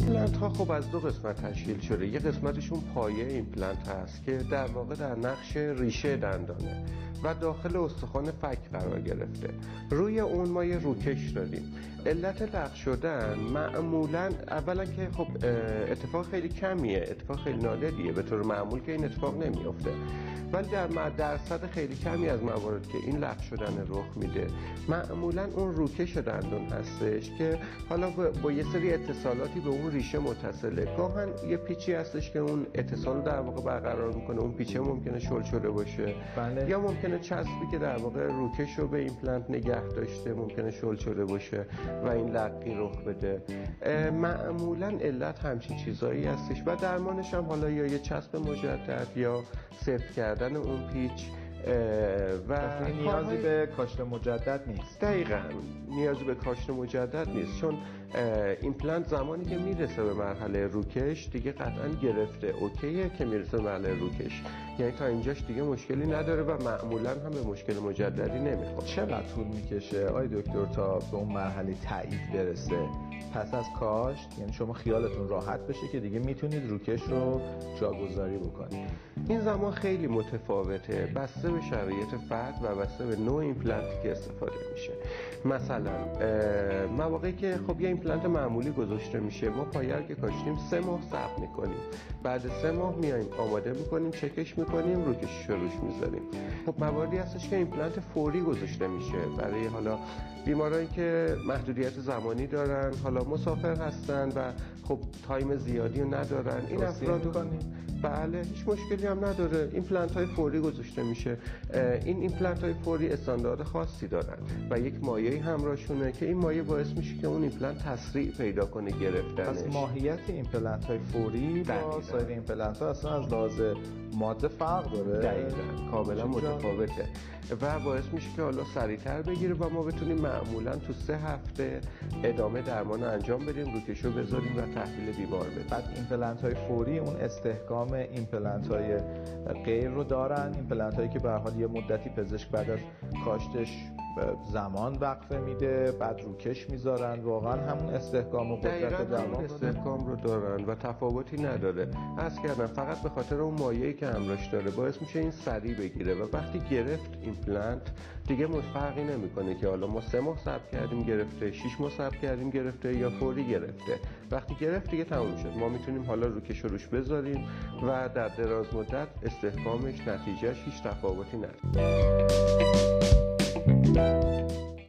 ایمپلنت ها خب از دو قسمت تشکیل شده. یه قسمتشون پایه ایمپلنت هست که در واقع در نقش ریشه دندانه و داخل استخوان فک قرار گرفته. روی اون ما یه روکش داریم. علت لغو شدن معمولا اولا که خب اتفاق خیلی کمیه، اتفاق خیلی نادریه، به طور معمول که این اتفاق نمیافته، ولی در درصد خیلی کمی از موارد که این لغو شدن رخ میده معمولا اون روکش دندون هستش که حالا با یه سری اتصالاتی به اون ریشه متصله. گاهن یه پیچی هستش که اون اتصال در واقع برقرار میکنه، اون پیچه ممکنه شل شده باشه. بله. یا ممکنه چسبی که در واقع روکش رو به ایمپلنت نگه داشته ممکنه شل شده باشه و این لغوی رخ بده. معمولا علت همچین چیزایی هستش و درمانش هم حالا یا یه چسب مجدد یا سفت کردن اون پیچ و نیازی به کاشت مجدد نیست. دقیقاً نیازی به کاشت مجدد نیست، چون ایمپلنت زمانی که میرسه به مرحله روکش دیگه قطعاً گرفته اوکیه که میرسه به مرحله روکش، یعنی تا اینجاش دیگه مشکلی نداره و معمولاً هم به مشکل مجددی نمیخوره. چقدر طول میکشه آقای دکتر تا به اون مرحله تایید برسه پس از کاشت؟ یعنی شما خیالتون راحت بشه که دیگه میتونید روکش رو جاگذاری بکنید. این زمان خیلی متفاوته بسته به شرایط فرد و بسته به نوع ایمپلنتی که استفاده میشه. مثلا مواقعی که خب یه ایمپلنت معمولی گذاشته میشه ما پایه که کاشتیم 3 ماه صبر میکنیم، بعد 3 ماه میایم آماده میکنیم، چکش میکنیم، روکشش رو روش میذاریم. خب مواردی هستش که ایمپلنت فوری گذاشته میشه برای حالا بیمارایی که محدودیت زمانی دارن، حالا مسافر هستن و خب تایم زیادی رو ندارن. این افراد بله هیچ مشکلی هم نداره، ایمپلنت های فوری گذاشته میشه. این ایمپلنت های فوری استاندارد خاصی دارن و یک مایعی همراهشونه که این مایع باعث میشه که اون ایمپلنت تسریع پیدا کنه گرفتنش. پس ماهیت ایمپلنت های فوری با سایر ایمپلنت ها اصلا از لحاظ ماده فرق داره؟ دقیقاً کاملا متفاوته و باعث میشه که حالا سریعتر بگیره و ما بتونیم معمولا تو 3 هفته ادامه درمان انجام بدیم، روکشو بذاریم و تحویل بیمار بدیم. بعد ایمپلنت های فوری اون استحکام ایمپلنت های غیر رو دارن، ایمپلنت هایی که به هر حال یه مدتی پزشک بعد از کاشتش زمان وقفه میده بعد روکش میذارن، واقعا همون استحکام و قدرت درمان استحکام رو دارن و تفاوتی نداره. عرض کردم فقط به خاطر اون مایعی که همراهش داره باعث میشه این سریع بگیره و وقتی گرفت ایمپلنت دیگه فرقی نمیکنه که حالا ما 3 ماه صبر کردیم گرفته، 6 ماه صبر کردیم گرفته یا فوری گرفته. وقتی گرفت دیگه تموم شد، ما میتونیم حالا روکش رو روش بذاریم و در دراز مدت استحکامش نتیجهش هیچ تفاوتی نداره.